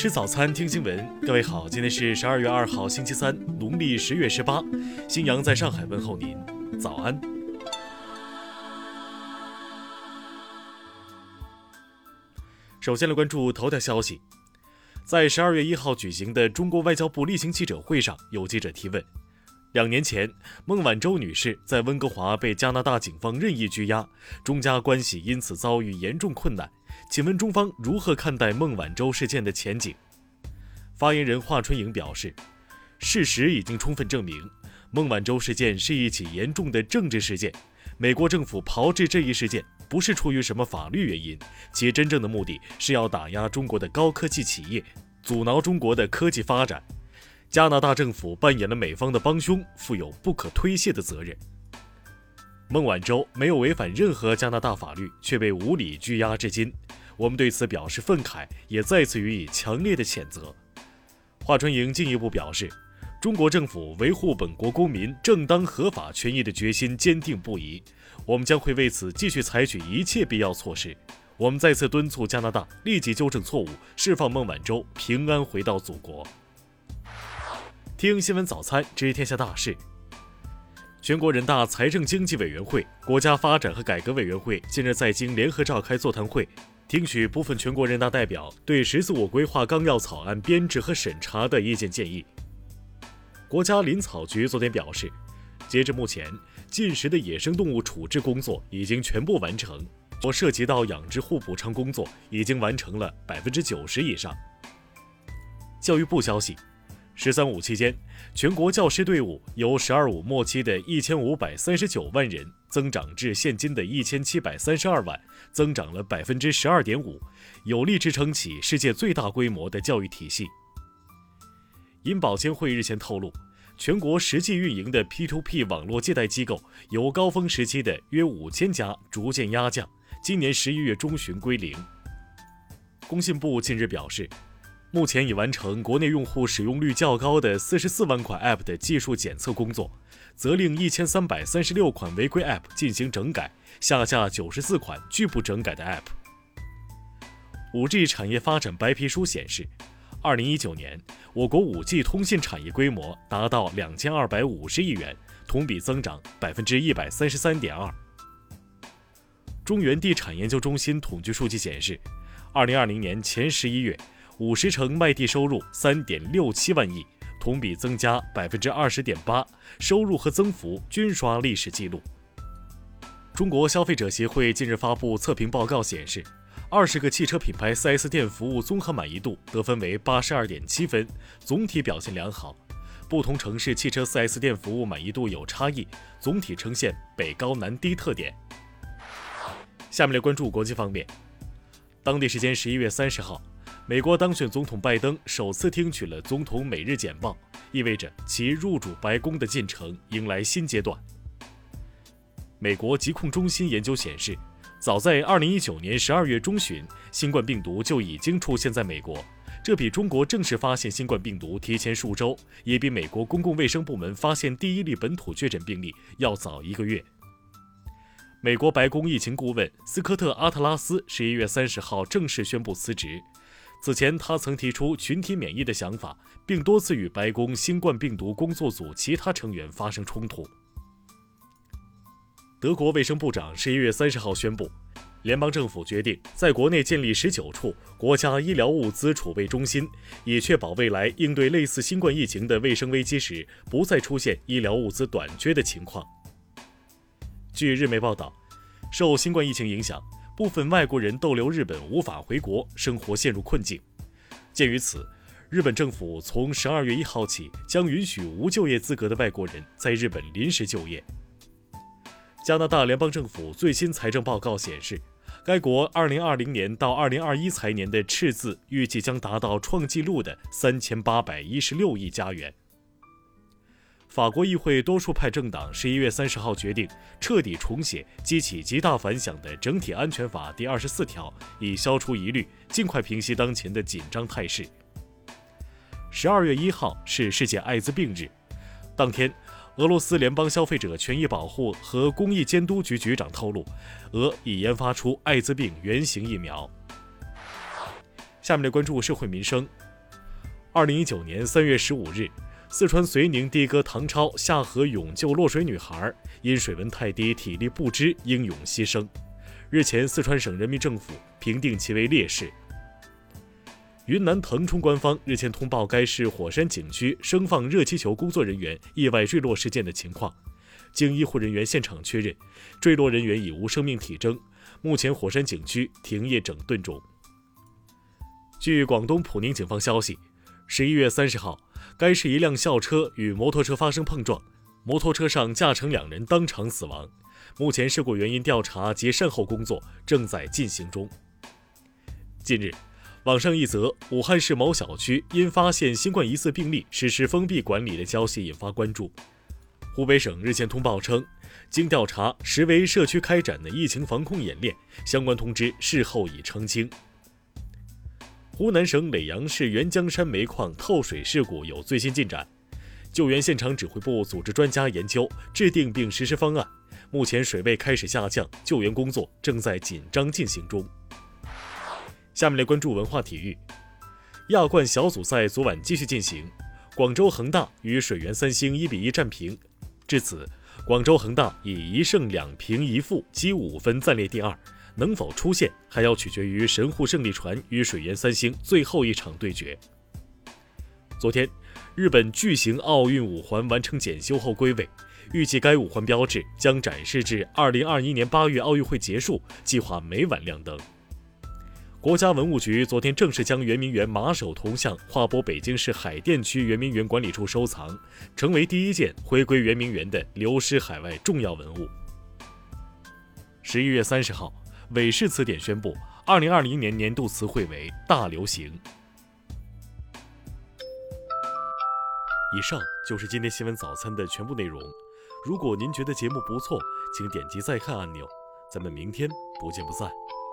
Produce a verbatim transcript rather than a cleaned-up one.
吃早餐，听新闻。各位好，今天是十二月二号，星期三，农历十月十八。新阳在上海问候您，早安。首先来关注头条消息。在十二月一号举行的中国外交部例行记者会上，有记者提问：两年前，孟晚舟女士在温哥华被加拿大警方任意拘押，中加关系因此遭遇严重困难。请问中方如何看待孟晚舟事件的前景？发言人华春莹表示，事实已经充分证明，孟晚舟事件是一起严重的政治事件。美国政府炮制这一事件不是出于什么法律原因，其真正的目的是要打压中国的高科技企业，阻挠中国的科技发展。加拿大政府扮演了美方的帮凶，负有不可推卸的责任。孟晚舟没有违反任何加拿大法律，却被无理拘押至今，我们对此表示愤慨，也再次予以强烈的谴责。华春莹进一步表示，中国政府维护本国公民正当合法权益的决心坚定不移，我们将会为此继续采取一切必要措施。我们再次敦促加拿大立即纠正错误，释放孟晚舟，平安回到祖国。听新闻早餐，知天下大事。全国人大财政经济委员会、国家发展和改革委员会近日在京联合召开座谈会，听取部分全国人大代表对十四五规划纲要草案编制和审查的意见建议。国家林草局昨天表示，截至目前，进食的野生动物处置工作已经全部完成，我涉及到养殖户补偿工作已经完成了百分之九十以上。教育部消息，十三五期间，全国教师队伍由十二五末期的一千五百三十九万人增长至现今的一千七百三十二万，增长了百分之十二点五，有力支撑起世界最大规模的教育体系。银保监会日前透露，全国实际运营的 P to P 网络借贷机构由高峰时期的约五千家逐渐压降，今年十一月中旬归零。工信部近日表示，目前已完成国内用户使用率较高的四十四万款 App 的技术检测工作，责令一千三百三十六款违规 App 进行整改，下架九十四款拒不整改的 App。五 G 产业发展白皮书显示，二零一九年我国 五 G 通信产业规模达到两千二百五十亿元，同比增长百分之一百三十三点二。中原地产研究中心统计数据显示，二零二零年前十一月，五十城卖地收入三点六七万亿，同比增加百分之二十点八，收入和增幅均刷历史记录。中国消费者协会近日发布测评报告显示，二十个汽车品牌 四 S 店服务综合满意度得分为八十二点七分，总体表现良好。不同城市汽车 四 S 店服务满意度有差异，总体呈现北高南低特点。下面来关注国际方面。当地时间十一月三十号，美国当选总统拜登首次听取了总统每日简报，意味着其入主白宫的进程迎来新阶段。美国疾控中心研究显示，早在二零一九年十二月中旬，新冠病毒就已经出现在美国，这比中国正式发现新冠病毒提前数周，也比美国公共卫生部门发现第一例本土确诊病例要早一个月。美国白宫疫情顾问斯科特·阿特拉斯十一月三十号正式宣布辞职。此前，他曾提出群体免疫的想法，并多次与白宫新冠病毒工作组其他成员发生冲突。德国卫生部长十一月三十号宣布，联邦政府决定在国内建立十九处国家医疗物资储备中心，以确保未来应对类似新冠疫情的卫生危机时，不再出现医疗物资短缺的情况。据日媒报道，受新冠疫情影响，部分外国人逗留日本无法回国，生活陷入困境。鉴于此，日本政府从十二月一号起将允许无就业资格的外国人在日本临时就业。加拿大联邦政府最新财政报告显示，该国二零二零年到二零二一财年的赤字预计将达到创纪录的三千八百一十六亿加元。法国议会多数派政党十一月三十号决定彻底重写激起极大反响的整体安全法第二十四条，以消除疑虑，尽快平息当前的紧张态势。十二月一号是世界艾滋病日，当天，俄罗斯联邦消费者权益保护和公益监督局局长透露，俄已研发出艾滋病原型疫苗。下面来关注社会民生。 二零一九年三月十五日，四川遂宁的哥唐超下河勇救落水女孩，因水温太低，体力不支，英勇牺牲。日前，四川省人民政府评定其为烈士。云南腾冲官方日前通报该市火山景区升放热气球工作人员意外坠落事件的情况，经医护人员现场确认，坠落人员已无生命体征，目前火山景区停业整顿中。据广东普宁警方消息，十一月三十号，该市一辆校车与摩托车发生碰撞，摩托车上驾乘两人当场死亡。目前事故原因调查及善后工作正在进行中。近日，网上一则武汉市某小区因发现新冠疑似病例实施封闭管理的消息引发关注。湖北省日前通报称，经调查，实为社区开展的疫情防控演练，相关通知事后已澄清。湖南省耒阳市沅江山煤矿透水事故有最新进展，救援现场指挥部组织专家研究，制定并实施方案。目前水位开始下降，救援工作正在紧张进行中。下面来关注文化体育。亚冠小组赛昨晚继续进行，广州恒大与水源三星一比一战平。至此，广州恒大以一胜两平一负积五分暂列第二，能否出线还要取决于神户胜利船与水源三星最后一场对决。昨天，日本巨型奥运五环完成检修后归位，预计该五环标志将展示至二零二一年八月奥运会结束，计划每晚亮灯。国家文物局昨天正式将圆明园马首铜像划拨北京市海淀区圆明园管理处收藏，成为第一件回归圆明园的流失海外重要文物。十一月三十号，韦氏词典宣布，二零二零年年度词汇为大流行。以上就是今天新闻早餐的全部内容。如果您觉得节目不错，请点击再看按钮。咱们明天不见不散。